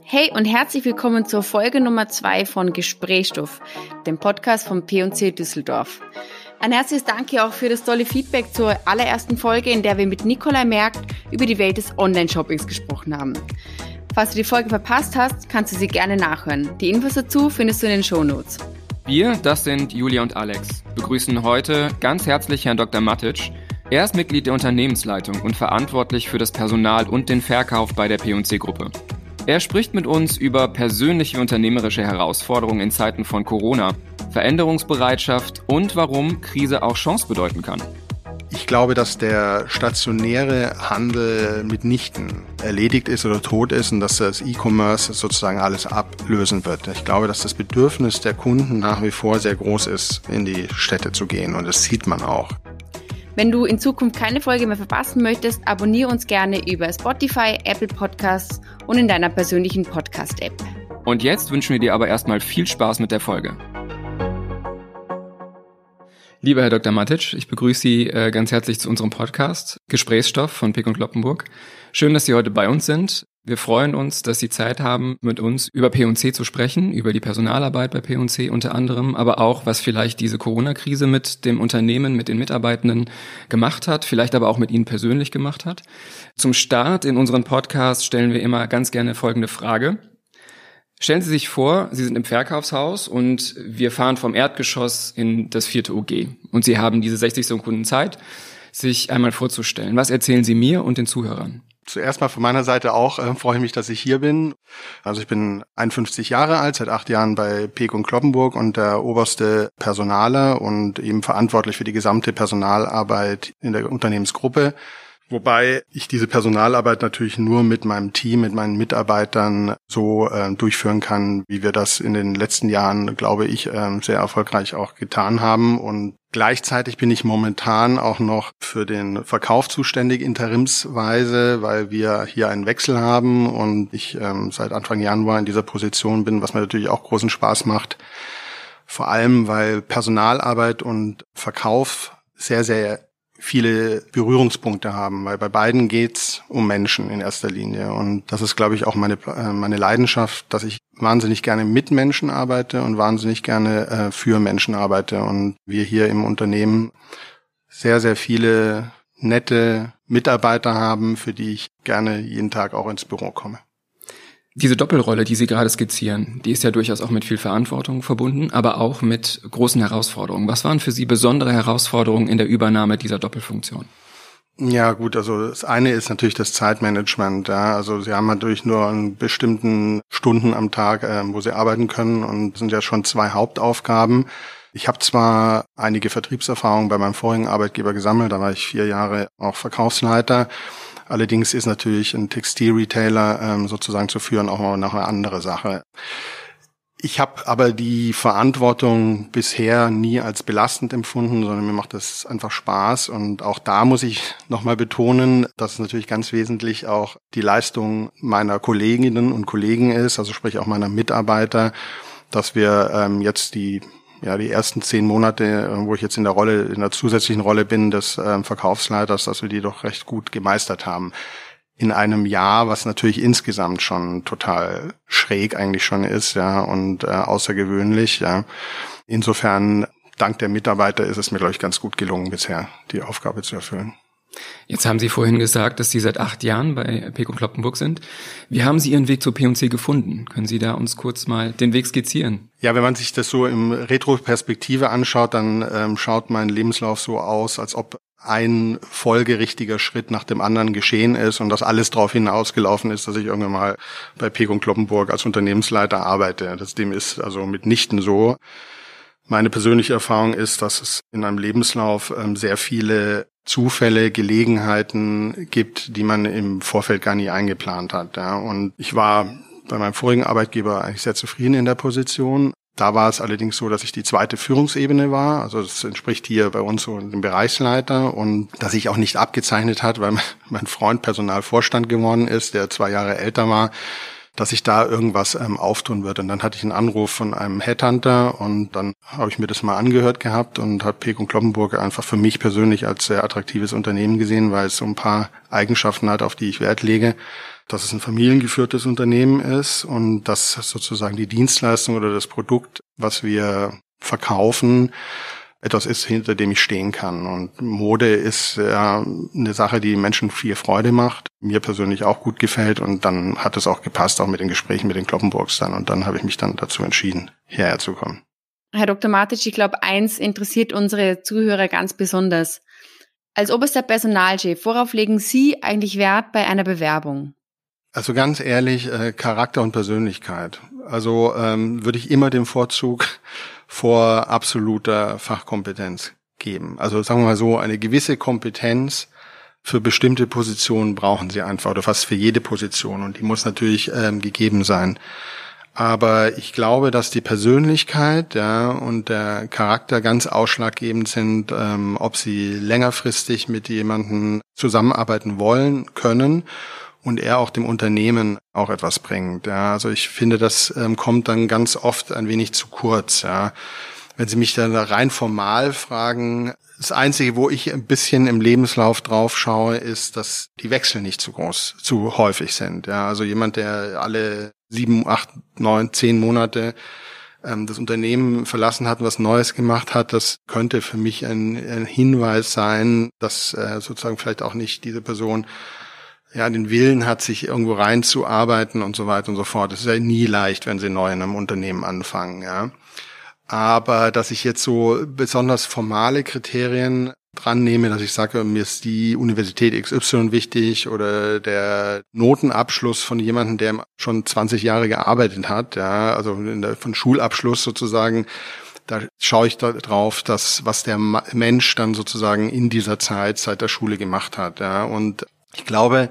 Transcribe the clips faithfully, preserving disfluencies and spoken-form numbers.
Hey und herzlich willkommen zur Folge Nummer zwei von Gesprächsstoff, dem Podcast vom P und C Düsseldorf. Ein herzliches Danke auch für das tolle Feedback zur allerersten Folge, in der wir mit Nikolai Merkt über die Welt des Online-Shoppings gesprochen haben. Falls du die Folge verpasst hast, kannst du sie gerne nachhören. Die Infos dazu findest du in den Shownotes. Wir, das sind Julia und Alex, begrüßen heute ganz herzlich Herrn Doktor Matic. Er ist Mitglied der Unternehmensleitung und verantwortlich für das Personal und den Verkauf bei der P und C-Gruppe. Er spricht mit uns über persönliche unternehmerische Herausforderungen in Zeiten von Corona, Veränderungsbereitschaft und warum Krise auch Chance bedeuten kann. Ich glaube, dass der stationäre Handel mitnichten erledigt ist oder tot ist und dass das E-Commerce sozusagen alles ablösen wird. Ich glaube, dass das Bedürfnis der Kunden nach wie vor sehr groß ist, in die Städte zu gehen, und das sieht man auch. Wenn du in Zukunft keine Folge mehr verpassen möchtest, abonniere uns gerne über Spotify, Apple Podcasts und in deiner persönlichen Podcast-App. Und jetzt wünschen wir dir aber erstmal viel Spaß mit der Folge. Lieber Herr Doktor Matic, ich begrüße Sie äh, ganz herzlich zu unserem Podcast Gesprächsstoff von Pick und Kloppenburg. Schön, dass Sie heute bei uns sind. Wir freuen uns, dass Sie Zeit haben, mit uns über P und C zu sprechen, über die Personalarbeit bei P und C unter anderem, aber auch, was vielleicht diese Corona-Krise mit dem Unternehmen, mit den Mitarbeitenden gemacht hat, vielleicht aber auch mit Ihnen persönlich gemacht hat. Zum Start in unseren Podcast stellen wir immer ganz gerne folgende Frage. Stellen Sie sich vor, Sie sind im Verkaufshaus und wir fahren vom Erdgeschoss in das vierte U G. Und Sie haben diese sechzig Sekunden Zeit, sich einmal vorzustellen. Was erzählen Sie mir und den Zuhörern? Zuerst mal von meiner Seite auch äh, freue ich mich, dass ich hier bin. Also ich bin einundfünfzig Jahre alt, seit acht Jahren bei Pick und Kloppenburg und der oberste Personaler und eben verantwortlich für die gesamte Personalarbeit in der Unternehmensgruppe. Wobei ich diese Personalarbeit natürlich nur mit meinem Team, mit meinen Mitarbeitern so äh, durchführen kann, wie wir das in den letzten Jahren, glaube ich, äh, sehr erfolgreich auch getan haben. Und gleichzeitig bin ich momentan auch noch für den Verkauf zuständig, interimsweise, weil wir hier einen Wechsel haben und ich ähm, seit Anfang Januar in dieser Position bin, was mir natürlich auch großen Spaß macht. Vor allem, weil Personalarbeit und Verkauf sehr, sehr viele Berührungspunkte haben, weil bei beiden geht's um Menschen in erster Linie. Und das ist, glaube ich, auch meine meine Leidenschaft, dass ich wahnsinnig gerne mit Menschen arbeite und wahnsinnig gerne äh, für Menschen arbeite. Und wir hier im Unternehmen sehr, sehr viele nette Mitarbeiter haben, für die ich gerne jeden Tag auch ins Büro komme. Diese Doppelrolle, die Sie gerade skizzieren, die ist ja durchaus auch mit viel Verantwortung verbunden, aber auch mit großen Herausforderungen. Was waren für Sie besondere Herausforderungen in der Übernahme dieser Doppelfunktion? Ja gut, also das eine ist natürlich das Zeitmanagement. Ja. Also Sie haben natürlich nur einen bestimmten Stunden am Tag, äh, wo Sie arbeiten können, und das sind ja schon zwei Hauptaufgaben. Ich habe zwar einige Vertriebserfahrungen bei meinem vorigen Arbeitgeber gesammelt, da war ich vier Jahre auch Verkaufsleiter. Allerdings ist natürlich ein Textilretailer ähm, sozusagen zu führen auch noch eine andere Sache. Ich habe aber die Verantwortung bisher nie als belastend empfunden, sondern mir macht das einfach Spaß. Und auch da muss ich nochmal betonen, dass es natürlich ganz wesentlich auch die Leistung meiner Kolleginnen und Kollegen ist, also sprich auch meiner Mitarbeiter, dass wir ähm, jetzt die ja die ersten zehn Monate, wo ich jetzt in der Rolle, in der zusätzlichen Rolle bin des äh, Verkaufsleiters, dass wir die doch recht gut gemeistert haben. In einem Jahr, was natürlich insgesamt schon total schräg eigentlich schon ist, ja, und äh, außergewöhnlich, ja. Insofern, dank der Mitarbeiter ist es mir, glaube ich, ganz gut gelungen bisher, die Aufgabe zu erfüllen. Jetzt haben Sie vorhin gesagt, dass Sie seit acht Jahren bei Pick und Kloppenburg sind. Wie haben Sie Ihren Weg zur P und C gefunden? Können Sie da uns kurz mal den Weg skizzieren? Ja, wenn man sich das so im Retroperspektive anschaut, dann ähm, schaut mein Lebenslauf so aus, als ob ein folgerichtiger Schritt nach dem anderen geschehen ist und das alles darauf hinausgelaufen ist, dass ich irgendwann mal bei Pick und Kloppenburg als Unternehmensleiter arbeite. Das dem ist also mitnichten so. Meine persönliche Erfahrung ist, dass es in einem Lebenslauf ähm, sehr viele Zufälle, Gelegenheiten gibt, die man im Vorfeld gar nie eingeplant hat. Ja. Und ich war bei meinem vorigen Arbeitgeber eigentlich sehr zufrieden in der Position. Da war es allerdings so, dass ich die zweite Führungsebene war. Also das entspricht hier bei uns so dem Bereichsleiter, und dass sich auch nicht abgezeichnet hat, weil mein Freund Personalvorstand geworden ist, der zwei Jahre älter war, dass sich da irgendwas ähm, auftun wird. Und dann hatte ich einen Anruf von einem Headhunter und dann habe ich mir das mal angehört gehabt und habe Pick und Kloppenburg einfach für mich persönlich als sehr attraktives Unternehmen gesehen, weil es so ein paar Eigenschaften hat, auf die ich Wert lege. dass es ein familiengeführtes Unternehmen ist und dass sozusagen die Dienstleistung oder das Produkt, was wir verkaufen, etwas ist, hinter dem ich stehen kann. Und Mode ist ja eine Sache, die Menschen viel Freude macht, mir persönlich auch gut gefällt, und dann hat es auch gepasst, auch mit den Gesprächen mit den Kloppenburgs dann. Und dann habe ich mich dann dazu entschieden, hierher zu kommen. Herr Doktor Matic, ich glaube, eins interessiert unsere Zuhörer ganz besonders. Als oberster Personalchef, worauf legen Sie eigentlich Wert bei einer Bewerbung? Also ganz ehrlich, äh, Charakter und Persönlichkeit. Also ähm, würde ich immer den Vorzug vor absoluter Fachkompetenz geben. Also sagen wir mal so, eine gewisse Kompetenz für bestimmte Positionen brauchen Sie einfach, oder fast für jede Position, und die muss natürlich ähm, gegeben sein. Aber ich glaube, dass die Persönlichkeit, ja, und der Charakter ganz ausschlaggebend sind, ähm, ob Sie längerfristig mit jemandem zusammenarbeiten wollen können und er auch dem Unternehmen auch etwas bringt. Ja, also ich finde, das ähm, kommt dann ganz oft ein wenig zu kurz. Ja, wenn Sie mich dann rein formal fragen, das Einzige, wo ich ein bisschen im Lebenslauf drauf schaue, ist, dass die Wechsel nicht zu groß, zu häufig sind. Ja, also jemand, der alle sieben, acht, neun, zehn Monate ähm, das Unternehmen verlassen hat und was Neues gemacht hat, das könnte für mich ein, ein Hinweis sein, dass äh, sozusagen vielleicht auch nicht diese Person ja den Willen hat, sich irgendwo reinzuarbeiten und so weiter und so fort. Das ist ja nie leicht, wenn Sie neu in einem Unternehmen anfangen. Ja, aber dass ich jetzt so besonders formale Kriterien dran nehme, dass ich sage, mir ist die Universität X Y wichtig oder der Notenabschluss von jemandem, der schon zwanzig Jahre gearbeitet hat, ja, also in der, von Schulabschluss sozusagen, da schaue ich da drauf, dass was der Mensch dann sozusagen in dieser Zeit seit der Schule gemacht hat, ja, und ich glaube,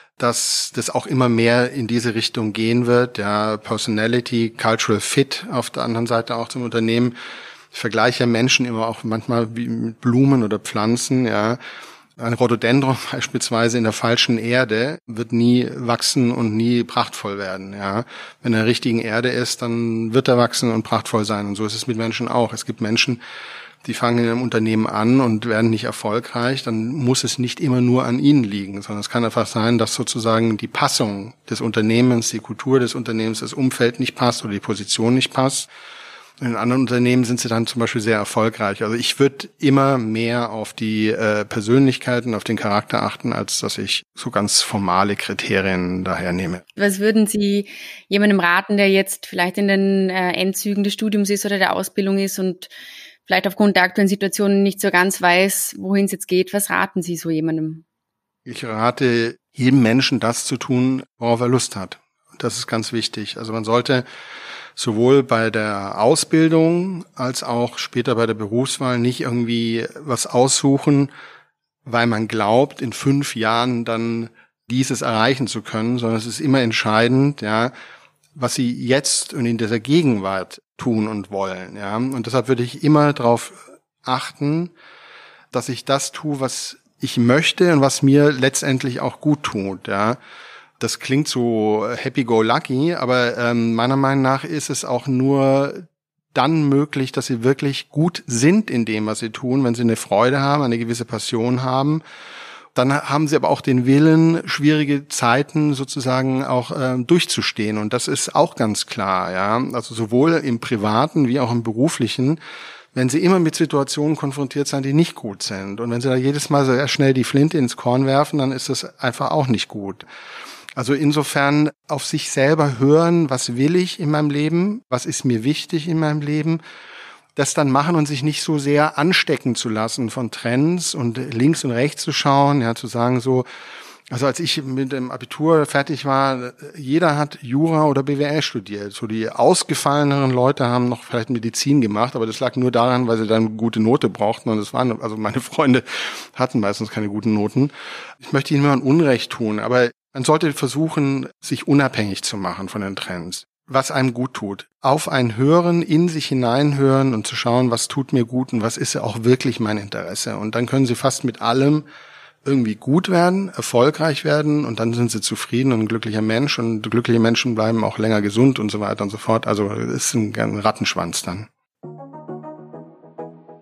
dass das auch immer mehr in diese Richtung gehen wird, ja, Personality, Cultural Fit auf der anderen Seite auch zum Unternehmen. Ich vergleiche Menschen immer auch manchmal wie mit Blumen oder Pflanzen, ja. Ein Rhododendron beispielsweise in der falschen Erde wird nie wachsen und nie prachtvoll werden, ja. Wenn er in der richtigen Erde ist, dann wird er wachsen und prachtvoll sein. Und so ist es mit Menschen auch. Es gibt Menschen, die fangen in einem Unternehmen an und werden nicht erfolgreich, dann muss es nicht immer nur an ihnen liegen, sondern es kann einfach sein, dass sozusagen die Passung des Unternehmens, die Kultur des Unternehmens, das Umfeld nicht passt oder die Position nicht passt. In anderen Unternehmen sind sie dann zum Beispiel sehr erfolgreich. Also ich würde immer mehr auf die äh, Persönlichkeiten, auf den Charakter achten, als dass ich so ganz formale Kriterien daher nehme. Was würden Sie jemandem raten, der jetzt vielleicht in den äh, Endzügen des Studiums ist oder der Ausbildung ist und vielleicht aufgrund der aktuellen Situation nicht so ganz weiß, wohin es jetzt geht? Was raten Sie so jemandem? Ich rate jedem Menschen, das zu tun, worauf er Lust hat. Das ist ganz wichtig. Also man sollte sowohl bei der Ausbildung als auch später bei der Berufswahl nicht irgendwie was aussuchen, weil man glaubt, in fünf Jahren dann dieses erreichen zu können, sondern es ist immer entscheidend, ja, was Sie jetzt und in dieser Gegenwart tun und wollen, ja. Und deshalb würde ich immer darauf achten, dass ich das tue, was ich möchte und was mir letztendlich auch gut tut, ja. Das klingt so happy-go-lucky, aber ähm, meiner Meinung nach ist es auch nur dann möglich, dass sie wirklich gut sind in dem, was sie tun, wenn sie eine Freude haben, eine gewisse Passion haben. Dann haben sie aber auch den Willen, schwierige Zeiten sozusagen auch ähm, durchzustehen. Und das ist auch ganz klar, ja. Also sowohl im Privaten wie auch im Beruflichen, wenn sie immer mit Situationen konfrontiert sind, die nicht gut sind. Und wenn sie da jedes Mal sehr schnell die Flinte ins Korn werfen, dann ist das einfach auch nicht gut. Also insofern auf sich selber hören, was will ich in meinem Leben, was ist mir wichtig in meinem Leben, das dann machen und sich nicht so sehr anstecken zu lassen von Trends und links und rechts zu schauen, ja, zu sagen so, also als ich mit dem Abitur fertig war, jeder hat Jura oder B W L studiert. So die ausgefalleneren Leute haben noch vielleicht Medizin gemacht, aber das lag nur daran, weil sie dann eine gute Note brauchten und das waren, also meine Freunde hatten meistens keine guten Noten. Ich möchte ihnen immer ein Unrecht tun, aber man sollte versuchen, sich unabhängig zu machen von den Trends, was einem gut tut. Auf ein Hören, in sich hineinhören und zu schauen, was tut mir gut und was ist ja auch wirklich mein Interesse. Und dann können Sie fast mit allem irgendwie gut werden, erfolgreich werden und dann sind Sie zufrieden und ein glücklicher Mensch und glückliche Menschen bleiben auch länger gesund und so weiter und so fort. Also es ist ein, ein Rattenschwanz dann.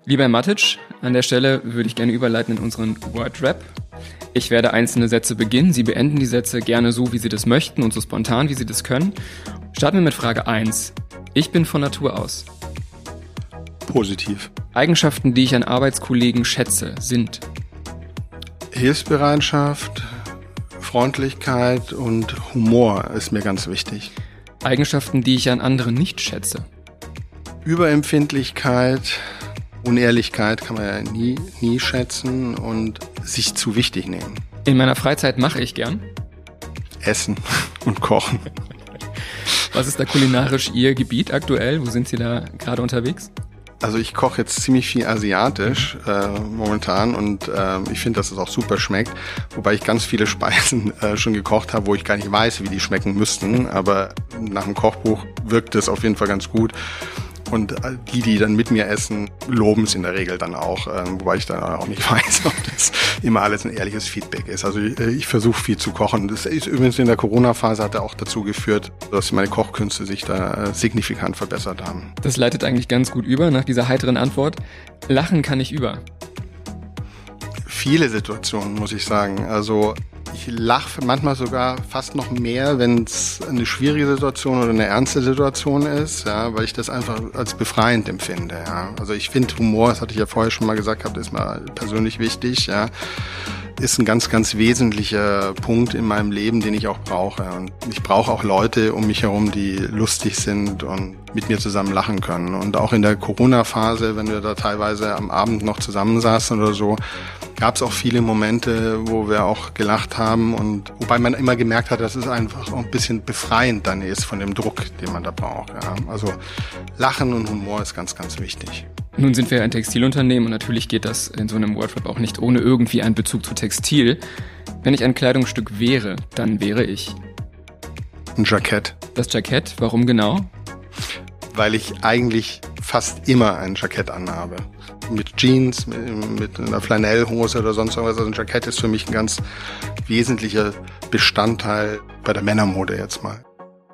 Lieber Herr Matic, an der Stelle würde ich gerne überleiten in unseren Word-Rap. Ich werde einzelne Sätze beginnen. Sie beenden die Sätze gerne so, wie Sie das möchten und so spontan, wie Sie das können. Starten wir mit Frage eins. Ich bin von Natur aus. Positiv. Eigenschaften, die ich an Arbeitskollegen schätze, sind Hilfsbereitschaft, Freundlichkeit und Humor ist mir ganz wichtig. Eigenschaften, die ich an anderen nicht schätze. Überempfindlichkeit, Unehrlichkeit kann man ja nie, nie schätzen und sich zu wichtig nehmen. In meiner Freizeit mache ich gern Essen und Kochen. Was ist da kulinarisch Ihr Gebiet aktuell? Wo sind Sie da gerade unterwegs? Also ich koche jetzt ziemlich viel asiatisch äh, momentan und äh, ich finde, dass es auch super schmeckt. Wobei ich ganz viele Speisen äh, schon gekocht habe, wo ich gar nicht weiß, wie die schmecken müssten. Aber nach dem Kochbuch wirkt es auf jeden Fall ganz gut. Und die, die dann mit mir essen, loben es in der Regel dann auch, äh, wobei ich dann auch nicht weiß, ob das immer alles ein ehrliches Feedback ist. Also ich, ich versuche viel zu kochen. Das ist übrigens in der Corona-Phase hat er auch dazu geführt, dass meine Kochkünste sich da äh, signifikant verbessert haben. Das leitet eigentlich ganz gut über nach dieser heiteren Antwort. Lachen kann ich über. Viele Situationen, muss ich sagen. Also ich lache manchmal sogar fast noch mehr, wenn es eine schwierige Situation oder eine ernste Situation ist, ja, weil ich das einfach als befreiend empfinde. Ja. Also ich finde Humor, das hatte ich ja vorher schon mal gesagt, gehabt, ist mir persönlich wichtig. Ja. Ist ein ganz, ganz wesentlicher Punkt in meinem Leben, den ich auch brauche. Und ich brauche auch Leute um mich herum, die lustig sind und mit mir zusammen lachen können. Und auch in der Corona-Phase, wenn wir da teilweise am Abend noch zusammensaßen oder so, gab es auch viele Momente, wo wir auch gelacht haben und wobei man immer gemerkt hat, dass es einfach auch ein bisschen befreiend dann ist von dem Druck, den man da braucht. Ja. Also Lachen und Humor ist ganz, ganz wichtig. Nun sind wir ein Textilunternehmen und natürlich geht das in so einem Wordrap auch nicht ohne irgendwie einen Bezug zu Textil. Wenn ich ein Kleidungsstück wäre, dann wäre ich ein Jackett. Das Jackett, warum genau? Weil ich eigentlich fast immer ein Jackett anhabe. Mit Jeans, mit, mit einer Flanellhose oder sonst irgendwas. Also ein Jackett ist für mich ein ganz wesentlicher Bestandteil bei der Männermode jetzt mal.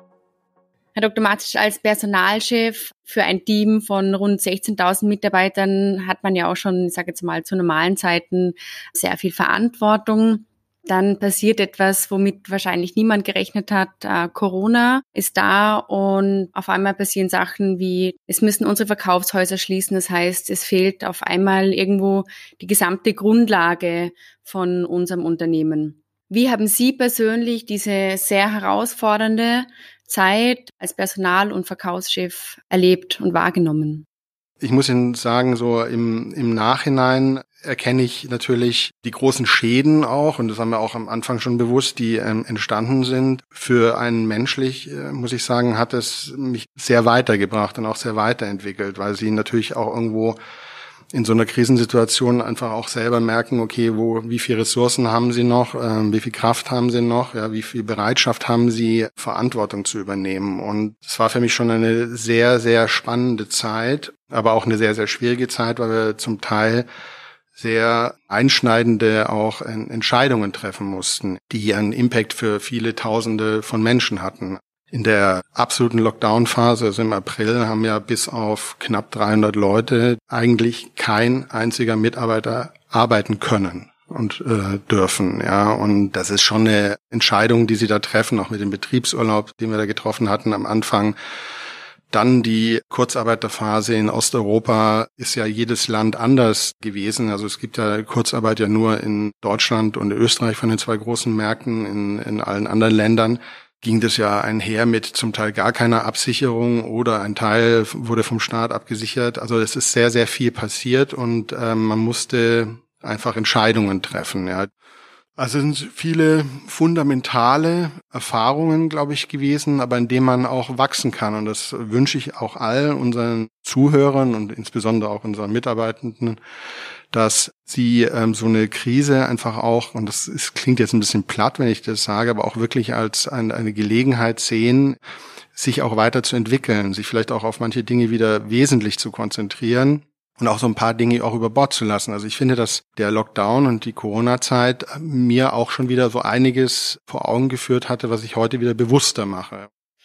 Herr Doktor Matic, als Personalchef für ein Team von rund sechzehntausend Mitarbeitern hat man ja auch schon, ich sage jetzt mal, zu normalen Zeiten sehr viel Verantwortung. Dann passiert etwas, womit wahrscheinlich niemand gerechnet hat. Äh, Corona ist da und auf einmal passieren Sachen wie, es müssen unsere Verkaufshäuser schließen. Das heißt, es fehlt auf einmal irgendwo die gesamte Grundlage von unserem Unternehmen. Wie haben Sie persönlich diese sehr herausfordernde Zeit als Personal- und Verkaufschef erlebt und wahrgenommen? Ich muss Ihnen sagen, so im, im Nachhinein erkenne ich natürlich die großen Schäden auch, und das haben wir auch am Anfang schon bewusst, die ähm, entstanden sind. Für einen menschlich, äh, muss ich sagen, hat es mich sehr weitergebracht und auch sehr weiterentwickelt, weil sie natürlich auch irgendwo in so einer Krisensituation einfach auch selber merken, okay, wo, wie viel Ressourcen haben sie noch, äh, wie viel Kraft haben sie noch, ja, wie viel Bereitschaft haben sie, Verantwortung zu übernehmen. Und es war für mich schon eine sehr, sehr spannende Zeit, aber auch eine sehr, sehr schwierige Zeit, weil wir zum Teil sehr einschneidende auch Entscheidungen treffen mussten, die einen Impact für viele Tausende von Menschen hatten. In der absoluten Lockdown-Phase, also im April, haben ja bis auf knapp dreihundert Leute eigentlich kein einziger Mitarbeiter arbeiten können und äh, dürfen. Ja, und das ist schon eine Entscheidung, die sie da treffen, auch mit dem Betriebsurlaub, den wir da getroffen hatten am Anfang. Dann die Kurzarbeiterphase in Osteuropa ist ja jedes Land anders gewesen. Also es gibt ja Kurzarbeit ja nur in Deutschland und Österreich von den zwei großen Märkten. In, in allen anderen Ländern ging das ja einher mit zum Teil gar keiner Absicherung oder ein Teil wurde vom Staat abgesichert. Also es ist sehr, sehr viel passiert und ähm, man musste einfach Entscheidungen treffen. Ja. Also es sind viele fundamentale Erfahrungen, glaube ich, gewesen, aber in denen man auch wachsen kann. Und das wünsche ich auch all unseren Zuhörern und insbesondere auch unseren Mitarbeitenden, dass sie ähm, so eine Krise einfach auch, und das ist, klingt jetzt ein bisschen platt, wenn ich das sage, aber auch wirklich als ein, eine Gelegenheit sehen, sich auch weiterzuentwickeln, sich vielleicht auch auf manche Dinge wieder wesentlich zu konzentrieren. Und auch so ein paar Dinge auch über Bord zu lassen. Also ich finde, dass der Lockdown und die Corona-Zeit mir auch schon wieder so einiges vor Augen geführt hatte, was ich heute wieder bewusster mache.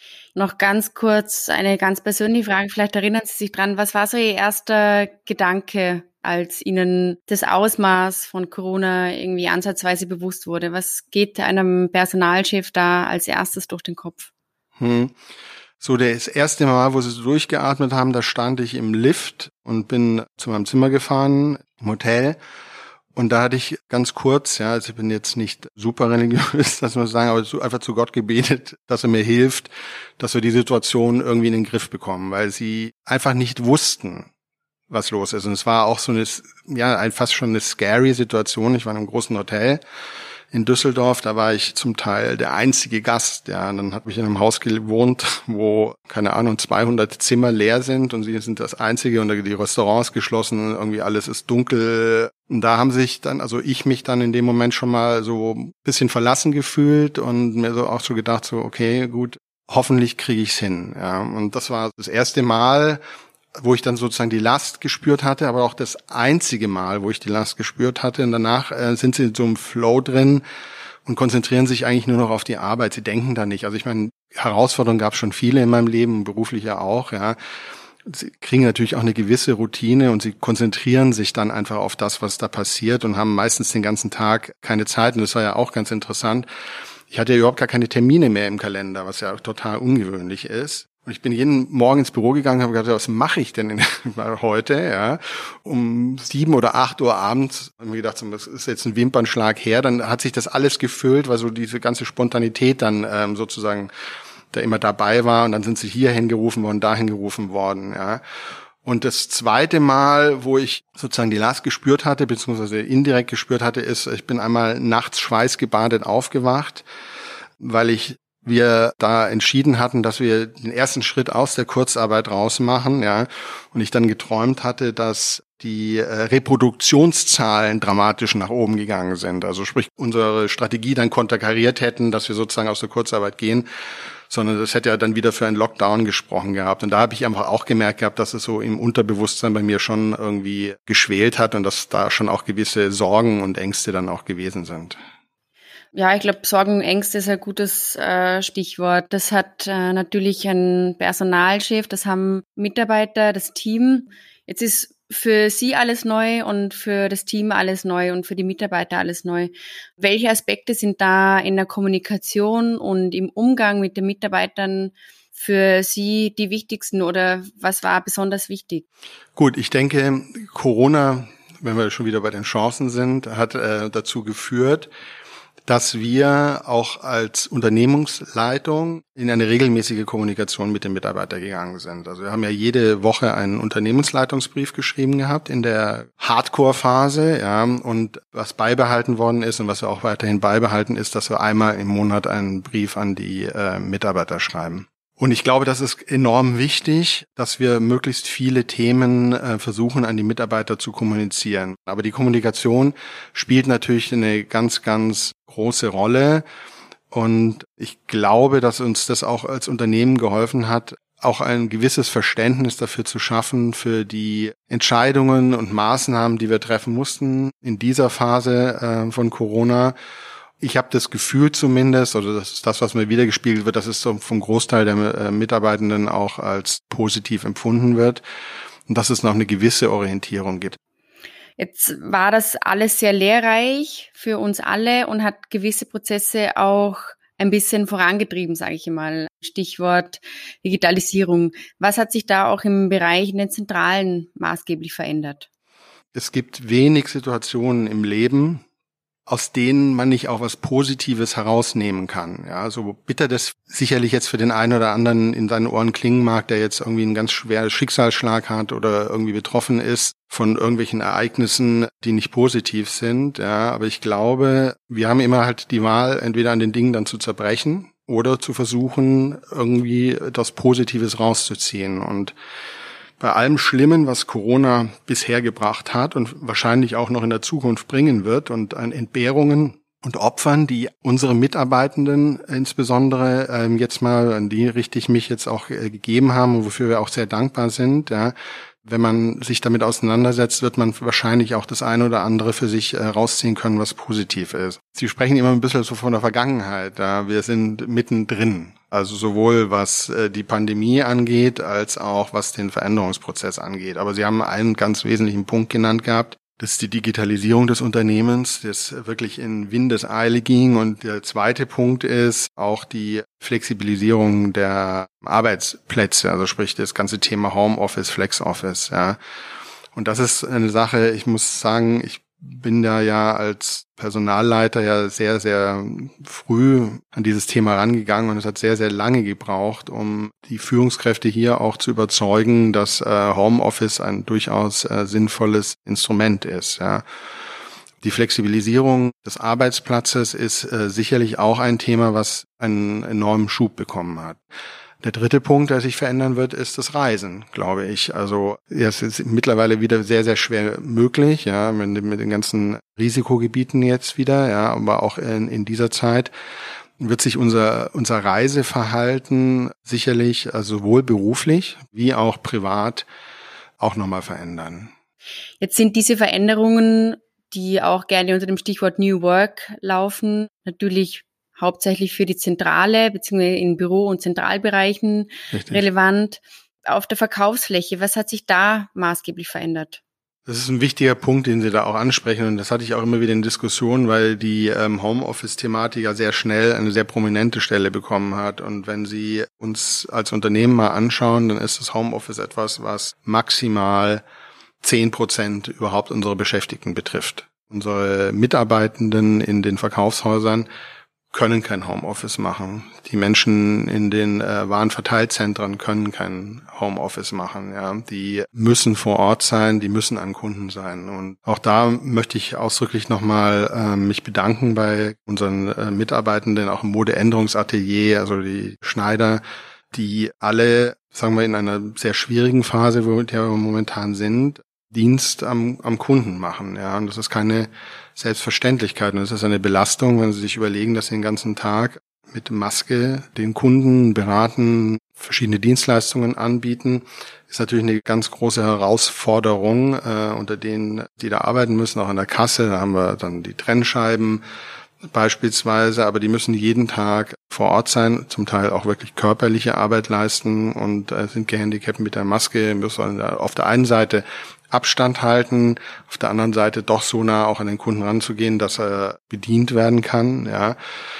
Noch ganz kurz eine ganz persönliche Frage, vielleicht erinnern Sie sich dran, was war so Ihr erster Gedanke, als Ihnen das Ausmaß von Corona irgendwie ansatzweise bewusst wurde? Was geht einem Personalchef da als erstes durch den Kopf? Hm. So, das erste Mal, wo sie so durchgeatmet haben, da stand ich im Lift und bin zu meinem Zimmer gefahren, im Hotel. Und da hatte ich ganz kurz, ja, also ich bin jetzt nicht super religiös, das muss ich sagen, aber einfach zu Gott gebetet, dass er mir hilft, dass wir die Situation irgendwie in den Griff bekommen, weil sie einfach nicht wussten, was los ist. Und es war auch so eine, ja, fast schon eine scary Situation. Ich war in einem großen Hotel in Düsseldorf, da war ich zum Teil der einzige Gast, ja, und dann hat mich in einem Haus gewohnt, wo, keine Ahnung, zweihundert Zimmer leer sind und sie sind das einzige und die Restaurants geschlossen, irgendwie alles ist dunkel. Und da haben sich dann, also ich mich dann in dem Moment schon mal so ein bisschen verlassen gefühlt und mir so auch so gedacht, so, okay, gut, hoffentlich kriege ich's hin, ja. Und das war das erste Mal, wo ich dann sozusagen die Last gespürt hatte, aber auch das einzige Mal, wo ich die Last gespürt hatte. Und danach äh, sind sie in so einem Flow drin und konzentrieren sich eigentlich nur noch auf die Arbeit. Sie denken da nicht. Also ich meine, Herausforderungen gab es schon viele in meinem Leben, beruflich ja auch, ja. Sie kriegen natürlich auch eine gewisse Routine und sie konzentrieren sich dann einfach auf das, was da passiert und haben meistens den ganzen Tag keine Zeit. Und das war ja auch ganz interessant. Ich hatte ja überhaupt gar keine Termine mehr im Kalender, was ja total ungewöhnlich ist. Und ich bin jeden Morgen ins Büro gegangen und habe gedacht, was mache ich denn heute? Ja, um sieben oder acht Uhr abends habe ich mir gedacht, das ist jetzt ein Wimpernschlag her. Dann hat sich das alles gefüllt, weil so diese ganze Spontanität dann ähm, sozusagen da immer dabei war. Und dann sind sie hier hingerufen worden, dahin gerufen worden. Ja. Und das zweite Mal, wo ich sozusagen die Last gespürt hatte, beziehungsweise indirekt gespürt hatte, ist, ich bin einmal nachts schweißgebadet aufgewacht, weil ich wir da entschieden hatten, dass wir den ersten Schritt aus der Kurzarbeit rausmachen, ja, und ich dann geträumt hatte, dass die äh, Reproduktionszahlen dramatisch nach oben gegangen sind. Also sprich, unsere Strategie dann konterkariert hätten, dass wir sozusagen aus der Kurzarbeit gehen, sondern das hätte ja dann wieder für einen Lockdown gesprochen gehabt. Und da habe ich einfach auch gemerkt gehabt, dass es so im Unterbewusstsein bei mir schon irgendwie geschwelt hat und dass da schon auch gewisse Sorgen und Ängste dann auch gewesen sind. Ja, ich glaube, Sorgen und Ängste ist ein gutes äh, Stichwort. Das hat äh, natürlich ein Personalchef, das haben Mitarbeiter, das Team. Jetzt ist für Sie alles neu und für das Team alles neu und für die Mitarbeiter alles neu. Welche Aspekte sind da in der Kommunikation und im Umgang mit den Mitarbeitern für Sie die wichtigsten oder was war besonders wichtig? Gut, ich denke, Corona, wenn wir schon wieder bei den Chancen sind, hat äh, dazu geführt, dass wir auch als Unternehmensleitung in eine regelmäßige Kommunikation mit den Mitarbeitern gegangen sind. Also wir haben ja jede Woche einen Unternehmensleitungsbrief geschrieben gehabt in der Hardcore-Phase, ja, und was beibehalten worden ist und was wir auch weiterhin beibehalten ist, dass wir einmal im Monat einen Brief an die äh, Mitarbeiter schreiben. Und ich glaube, das ist enorm wichtig, dass wir möglichst viele Themen äh, versuchen, an die Mitarbeiter zu kommunizieren. Aber die Kommunikation spielt natürlich eine ganz, ganz große Rolle. Und ich glaube, dass uns das auch als Unternehmen geholfen hat, auch ein gewisses Verständnis dafür zu schaffen, für die Entscheidungen und Maßnahmen, die wir treffen mussten in dieser Phase äh, von Corona. Ich habe das Gefühl zumindest, oder das ist das, was mir wiedergespiegelt wird, dass es so vom Großteil der äh, Mitarbeitenden auch als positiv empfunden wird und dass es noch eine gewisse Orientierung gibt. Jetzt war das alles sehr lehrreich für uns alle und hat gewisse Prozesse auch ein bisschen vorangetrieben, sage ich mal. Stichwort Digitalisierung. Was hat sich da auch im Bereich in den Zentralen maßgeblich verändert? Es gibt wenig Situationen im Leben, aus denen man nicht auch was Positives herausnehmen kann. Ja, so bitter das sicherlich jetzt für den einen oder anderen in seinen Ohren klingen mag, der jetzt irgendwie einen ganz schweren Schicksalsschlag hat oder irgendwie betroffen ist von irgendwelchen Ereignissen, die nicht positiv sind. Ja, aber ich glaube, wir haben immer halt die Wahl, entweder an den Dingen dann zu zerbrechen oder zu versuchen, irgendwie etwas Positives rauszuziehen. Und bei allem Schlimmen, was Corona bisher gebracht hat und wahrscheinlich auch noch in der Zukunft bringen wird und an Entbehrungen und Opfern, die unsere Mitarbeitenden insbesondere ähm, jetzt mal, an die richte ich mich jetzt auch äh, gegeben haben und wofür wir auch sehr dankbar sind, ja. Wenn man sich damit auseinandersetzt, wird man wahrscheinlich auch das eine oder andere für sich äh, rausziehen können, was positiv ist. Sie sprechen immer ein bisschen so von der Vergangenheit. Ja. Wir sind mittendrin. Also sowohl was die Pandemie angeht, als auch was den Veränderungsprozess angeht. Aber Sie haben einen ganz wesentlichen Punkt genannt gehabt. Das ist die Digitalisierung des Unternehmens, das wirklich in Windeseile ging. Und der zweite Punkt ist auch die Flexibilisierung der Arbeitsplätze, also sprich das ganze Thema Homeoffice, Flexoffice. Ja. Und das ist eine Sache, ich muss sagen, ich bin da ja als Personalleiter ja sehr, sehr früh an dieses Thema rangegangen und es hat sehr, sehr lange gebraucht, um die Führungskräfte hier auch zu überzeugen, dass äh, Homeoffice ein durchaus äh, sinnvolles Instrument ist. Ja. Die Flexibilisierung des Arbeitsplatzes ist äh, sicherlich auch ein Thema, was einen enormen Schub bekommen hat. Der dritte Punkt, der sich verändern wird, ist das Reisen, glaube ich. Also es ist mittlerweile wieder sehr, sehr schwer möglich, ja, mit, mit den ganzen Risikogebieten jetzt wieder, ja, aber auch in, in dieser Zeit wird sich unser unser Reiseverhalten sicherlich, also sowohl beruflich wie auch privat, auch nochmal verändern. Jetzt sind diese Veränderungen, die auch gerne unter dem Stichwort New Work laufen, natürlich hauptsächlich für die Zentrale beziehungsweise in Büro- und Zentralbereichen Richtig. relevant. Auf der Verkaufsfläche, was hat sich da maßgeblich verändert? Das ist ein wichtiger Punkt, den Sie da auch ansprechen und das hatte ich auch immer wieder in Diskussionen, weil die ähm, Homeoffice-Thematik ja sehr schnell eine sehr prominente Stelle bekommen hat und wenn Sie uns als Unternehmen mal anschauen, dann ist das Homeoffice etwas, was maximal zehn Prozent überhaupt unserer Beschäftigten betrifft. Unsere Mitarbeitenden in den Verkaufshäusern können kein Homeoffice machen. Die Menschen in den äh, Warenverteilzentren können kein Homeoffice machen. Ja, die müssen vor Ort sein, die müssen an Kunden sein. Und auch da möchte ich ausdrücklich nochmal äh, mich bedanken bei unseren äh, Mitarbeitenden, auch im Modeänderungsatelier, also die Schneider, die alle, sagen wir, in einer sehr schwierigen Phase, wo wir momentan sind, Dienst am, am Kunden machen. Ja, und das ist keine Selbstverständlichkeit. Und es ist eine Belastung, wenn Sie sich überlegen, dass Sie den ganzen Tag mit Maske den Kunden beraten, verschiedene Dienstleistungen anbieten, ist natürlich eine ganz große Herausforderung, äh, unter denen, die da arbeiten müssen, auch in der Kasse. Da haben wir dann die Trennscheiben beispielsweise, aber die müssen jeden Tag vor Ort sein, zum Teil auch wirklich körperliche Arbeit leisten und äh, sind gehandicapt mit der Maske, müssen auf der einen Seite Abstand halten, auf der anderen Seite doch so nah auch an den Kunden ranzugehen, dass er bedient werden kann. Ja,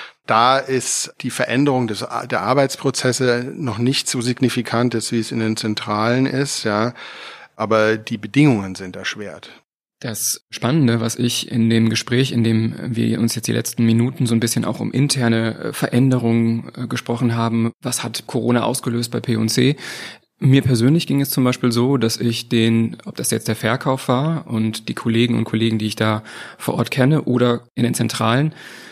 da ist die Veränderung des der Arbeitsprozesse noch nicht so signifikant ist, wie es in den Zentralen ist. Ja, aber die Bedingungen sind erschwert. Das Spannende, was ich in dem Gespräch, in dem wir uns jetzt die letzten Minuten so ein bisschen auch um interne Veränderungen gesprochen haben, was hat Corona ausgelöst bei P und C? Mir persönlich ging es zum Beispiel so, dass ich den, ob das jetzt der Verkauf war und die Kollegen und Kollegen, die ich da vor Ort kenne oder in den Zentralen,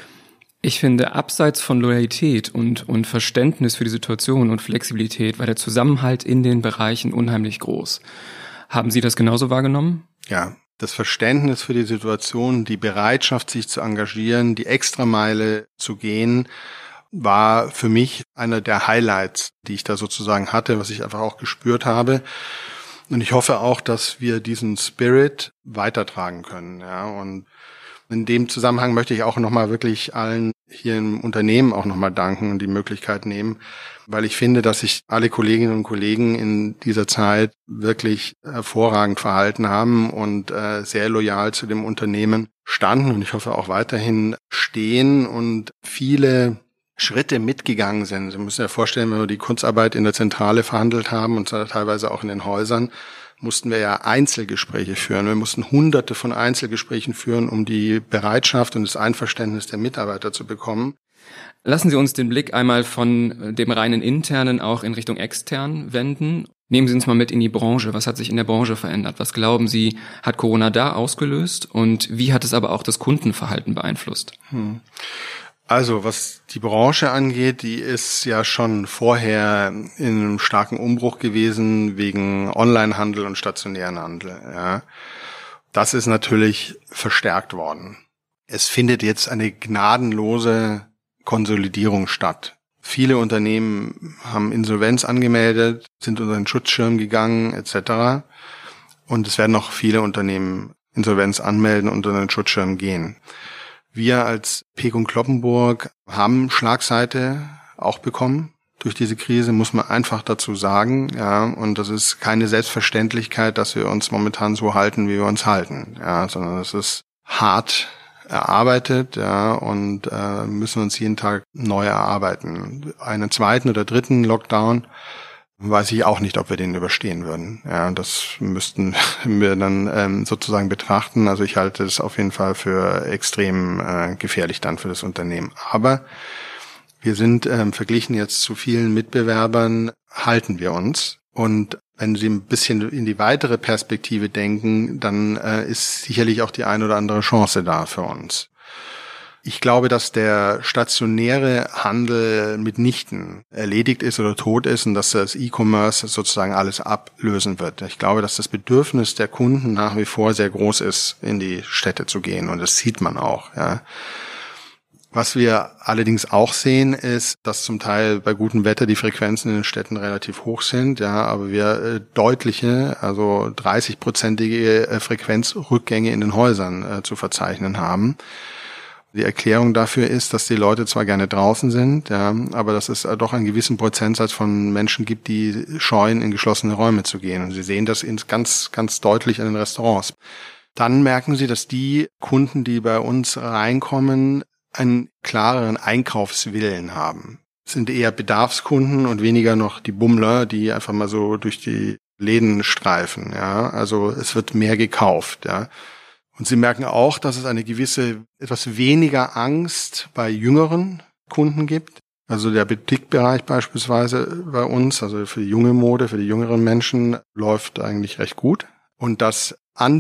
ich finde, abseits von Loyalität und, und Verständnis für die Situation und Flexibilität war der Zusammenhalt in den Bereichen unheimlich groß. Haben Sie das genauso wahrgenommen? Ja. Das Verständnis für die Situation, die Bereitschaft, sich zu engagieren, die Extrameile zu gehen, war für mich einer der Highlights, die ich da sozusagen hatte, was ich einfach auch gespürt habe. Und ich hoffe auch, dass wir diesen Spirit weitertragen können. Ja, und in dem Zusammenhang möchte ich auch nochmal wirklich allen hier im Unternehmen auch nochmal danken und die Möglichkeit nehmen, weil ich finde, dass sich alle Kolleginnen und Kollegen in dieser Zeit wirklich hervorragend verhalten haben und äh, sehr loyal zu dem Unternehmen standen und ich hoffe auch weiterhin stehen und viele Schritte mitgegangen sind. Sie müssen sich ja vorstellen, wenn wir die Kurzarbeit in der Zentrale verhandelt haben und teilweise auch in den Häusern, mussten wir ja Einzelgespräche führen. Wir mussten hunderte von Einzelgesprächen führen, um die Bereitschaft und das Einverständnis der Mitarbeiter zu bekommen. Lassen Sie uns den Blick einmal von dem reinen internen auch in Richtung extern wenden. Nehmen Sie uns mal mit in die Branche. Was hat sich in der Branche verändert? Was glauben Sie, hat Corona da ausgelöst? Und wie hat es aber auch das Kundenverhalten beeinflusst? Hm. Also, was die Branche angeht, die ist ja schon vorher in einem starken Umbruch gewesen wegen Onlinehandel und stationären Handel. Ja. Das ist natürlich verstärkt worden. Es findet jetzt eine gnadenlose Konsolidierung statt. Viele Unternehmen haben Insolvenz angemeldet, sind unter den Schutzschirm gegangen et cetera. Und es werden noch viele Unternehmen Insolvenz anmelden und unter den Schutzschirm gehen. Wir als Peek und Cloppenburg haben Schlagseite auch bekommen durch diese Krise, muss man einfach dazu sagen, ja, und das ist keine Selbstverständlichkeit, dass wir uns momentan so halten, wie wir uns halten, ja, sondern es ist hart erarbeitet, ja, und äh, müssen uns jeden Tag neu erarbeiten. Einen zweiten oder dritten Lockdown weiß ich auch nicht, ob wir den überstehen würden. Ja, das müssten wir dann ähm, sozusagen betrachten. Also ich halte es auf jeden Fall für extrem äh, gefährlich dann für das Unternehmen. Aber wir sind ähm, verglichen jetzt zu vielen Mitbewerbern, halten wir uns. Und wenn Sie ein bisschen in die weitere Perspektive denken, dann äh, ist sicherlich auch die ein oder andere Chance da für uns. Ich glaube, dass der stationäre Handel mitnichten erledigt ist oder tot ist und dass das E-Commerce sozusagen alles ablösen wird. Ich glaube, dass das Bedürfnis der Kunden nach wie vor sehr groß ist, in die Städte zu gehen, und das sieht man auch, ja. Was wir allerdings auch sehen, ist, dass zum Teil bei gutem Wetter die Frequenzen in den Städten relativ hoch sind, ja, aber wir äh, deutliche, also dreißig-prozentige äh, Frequenzrückgänge in den Häusern äh, zu verzeichnen haben. Die Erklärung dafür ist, dass die Leute zwar gerne draußen sind, ja, aber dass es doch einen gewissen Prozentsatz von Menschen gibt, die scheuen, in geschlossene Räume zu gehen. Und Sie sehen das ganz, ganz deutlich in den Restaurants. Dann merken Sie, dass die Kunden, die bei uns reinkommen, einen klareren Einkaufswillen haben. Es sind eher Bedarfskunden und weniger noch die Bummler, die einfach mal so durch die Läden streifen, ja. Also es wird mehr gekauft, ja. Und Sie merken auch, dass es eine gewisse, etwas weniger Angst bei jüngeren Kunden gibt. Also der Boutique-Bereich beispielsweise bei uns, also für die junge Mode, für die jüngeren Menschen, läuft eigentlich recht gut. Und dass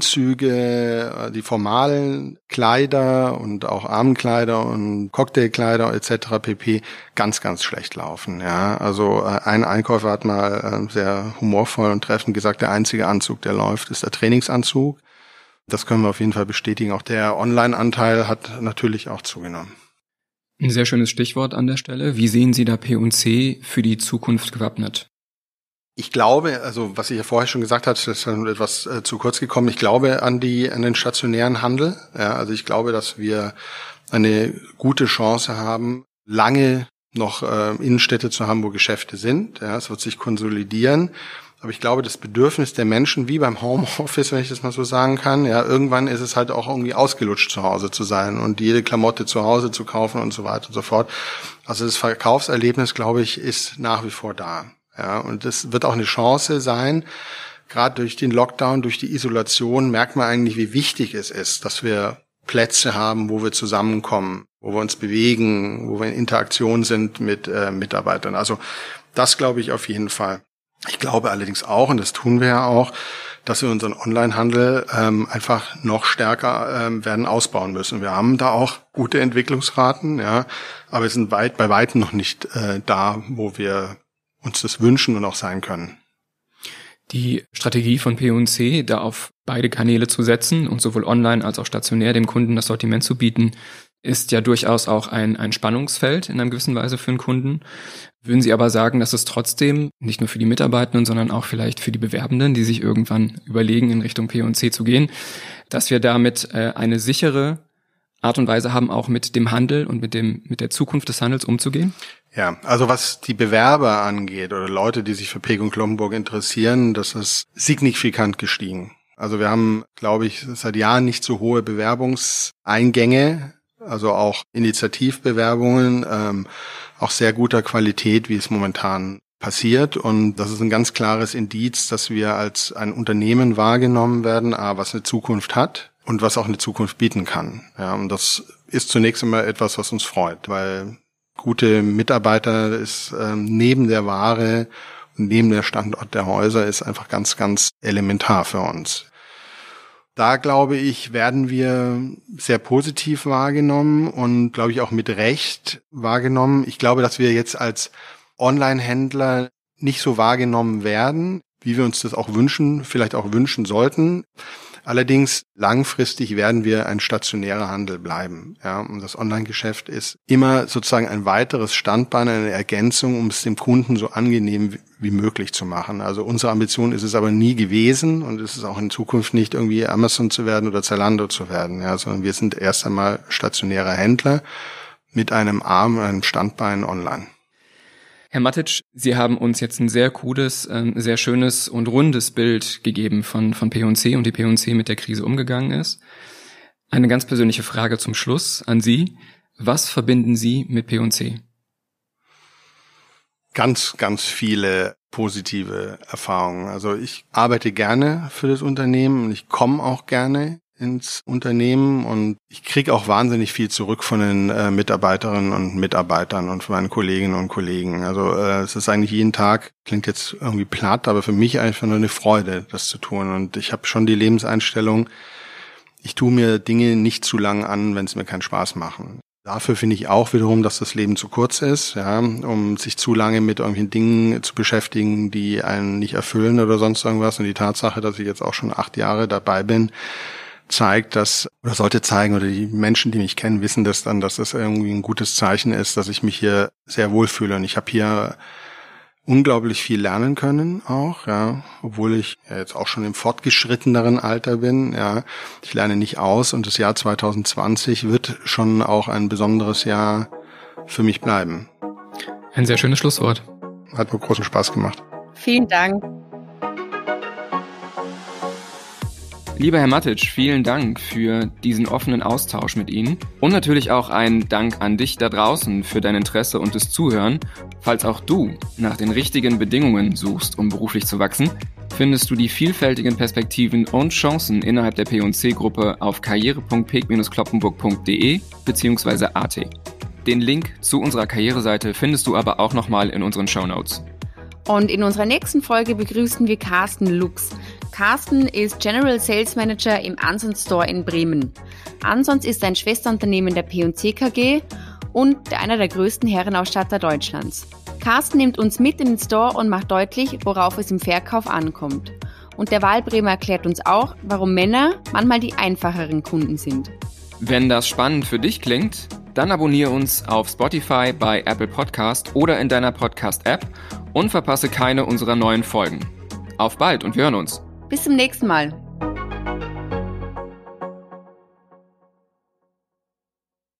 Anzüge, die formalen Kleider und auch Abendkleider und Cocktailkleider et cetera pp. ganz, ganz schlecht laufen. Ja, also ein Einkäufer hat mal sehr humorvoll und treffend gesagt, der einzige Anzug, der läuft, ist der Trainingsanzug. Das können wir auf jeden Fall bestätigen. Auch der Online-Anteil hat natürlich auch zugenommen. Ein sehr schönes Stichwort an der Stelle. Wie sehen Sie da P und C für die Zukunft gewappnet? Ich glaube, also was ich ja vorher schon gesagt hatte, das ist etwas äh, zu kurz gekommen. Ich glaube an die an den stationären Handel. Ja, also ich glaube, dass wir eine gute Chance haben, lange noch äh, Innenstädte zu haben, wo Geschäfte sind. Ja, es wird sich konsolidieren. Aber ich glaube, das Bedürfnis der Menschen, wie beim Homeoffice, wenn ich das mal so sagen kann, ja, irgendwann ist es halt auch irgendwie ausgelutscht, zu Hause zu sein und jede Klamotte zu Hause zu kaufen und so weiter und so fort. Also das Verkaufserlebnis, glaube ich, ist nach wie vor da. Ja, und das wird auch eine Chance sein. Gerade durch den Lockdown, durch die Isolation merkt man eigentlich, wie wichtig es ist, dass wir Plätze haben, wo wir zusammenkommen, wo wir uns bewegen, wo wir in Interaktion sind mit äh, Mitarbeitern. Also das glaube ich auf jeden Fall. Ich glaube allerdings auch, und das tun wir ja auch, dass wir unseren Onlinehandel ähm, einfach noch stärker ähm, werden ausbauen müssen. Wir haben da auch gute Entwicklungsraten, ja, aber wir sind weit bei weitem noch nicht äh, da, wo wir uns das wünschen und auch sein können. Die Strategie von P und C, da auf beide Kanäle zu setzen und sowohl online als auch stationär dem Kunden das Sortiment zu bieten, ist ja durchaus auch ein, ein Spannungsfeld in einer gewissen Weise für den Kunden. Würden Sie aber sagen, dass es trotzdem nicht nur für die Mitarbeitenden, sondern auch vielleicht für die Bewerbenden, die sich irgendwann überlegen, in Richtung P und C zu gehen, dass wir damit äh, eine sichere Art und Weise haben, auch mit dem Handel und mit dem mit der Zukunft des Handels umzugehen? Ja, also was die Bewerber angeht oder Leute, die sich für Peek und Cloppenburg interessieren, das ist signifikant gestiegen. Also wir haben, glaube ich, seit Jahren nicht so hohe Bewerbungseingänge, also auch Initiativbewerbungen, ähm, auch sehr guter Qualität, wie es momentan passiert. Und das ist ein ganz klares Indiz, dass wir als ein Unternehmen wahrgenommen werden, was eine Zukunft hat und was auch eine Zukunft bieten kann. Ja, und das ist zunächst einmal etwas, was uns freut, weil gute Mitarbeiter ist ähm, neben der Ware und neben der Standort der Häuser ist einfach ganz, ganz elementar für uns. Da, glaube ich, werden wir sehr positiv wahrgenommen und, glaube ich, auch mit Recht wahrgenommen. Ich glaube, dass wir jetzt als Online-Händler nicht so wahrgenommen werden, wie wir uns das auch wünschen, vielleicht auch wünschen sollten. Allerdings langfristig werden wir ein stationärer Handel bleiben. Ja, und das Online-Geschäft ist immer sozusagen ein weiteres Standbein, eine Ergänzung, um es dem Kunden so angenehm wie möglich zu machen. Also unsere Ambition ist es aber nie gewesen und es ist auch in Zukunft nicht irgendwie Amazon zu werden oder Zalando zu werden, ja, sondern wir sind erst einmal stationärer Händler mit einem Arm, einem Standbein online. Herr Matic, Sie haben uns jetzt ein sehr cooles, ein sehr schönes und rundes Bild gegeben von, von P und C und wie P und C mit der Krise umgegangen ist. Eine ganz persönliche Frage zum Schluss an Sie. Was verbinden Sie mit P und C? Ganz, ganz viele positive Erfahrungen. Also ich arbeite gerne für das Unternehmen und ich komme auch gerne ins Unternehmen und ich kriege auch wahnsinnig viel zurück von den äh, Mitarbeiterinnen und Mitarbeitern und von meinen Kolleginnen und Kollegen. Also äh, es ist eigentlich jeden Tag, klingt jetzt irgendwie platt, aber für mich einfach nur eine Freude, das zu tun. Und ich habe schon die Lebenseinstellung, ich tue mir Dinge nicht zu lang an, wenn es mir keinen Spaß machen. Dafür finde ich auch wiederum, dass das Leben zu kurz ist, ja, um sich zu lange mit irgendwelchen Dingen zu beschäftigen, die einen nicht erfüllen oder sonst irgendwas. Und die Tatsache, dass ich jetzt auch schon acht Jahre dabei bin, zeigt, dass, oder sollte zeigen, oder die Menschen, die mich kennen, wissen das dann, dass das irgendwie ein gutes Zeichen ist, dass ich mich hier sehr wohlfühle. Und ich habe hier unglaublich viel lernen können auch, ja, obwohl ich ja jetzt auch schon im fortgeschritteneren Alter bin, ja. Ich lerne nicht aus und das Jahr zwanzig zwanzig wird schon auch ein besonderes Jahr für mich bleiben. Ein sehr schönes Schlusswort. Hat mir großen Spaß gemacht. Vielen Dank. Lieber Herr Matic, vielen Dank für diesen offenen Austausch mit Ihnen und natürlich auch ein Dank an dich da draußen für dein Interesse und das Zuhören. Falls auch du nach den richtigen Bedingungen suchst, um beruflich zu wachsen, findest du die vielfältigen Perspektiven und Chancen innerhalb der P und C-Gruppe auf karriere punkt peek kloppenburg punkt de bzw. A T. Den Link zu unserer Karriereseite findest du aber auch nochmal in unseren Shownotes. Und in unserer nächsten Folge begrüßen wir Carsten Lux. Carsten ist General Sales Manager im Ansons Store in Bremen. Ansons ist ein Schwesterunternehmen der P und C K G und einer der größten Herrenausstatter Deutschlands. Carsten nimmt uns mit in den Store und macht deutlich, worauf es im Verkauf ankommt. Und der Wahlbremer erklärt uns auch, warum Männer manchmal die einfacheren Kunden sind. Wenn das spannend für dich klingt, dann abonniere uns auf Spotify, bei Apple Podcast oder in deiner Podcast-App und verpasse keine unserer neuen Folgen. Auf bald und wir hören uns. Bis zum nächsten Mal.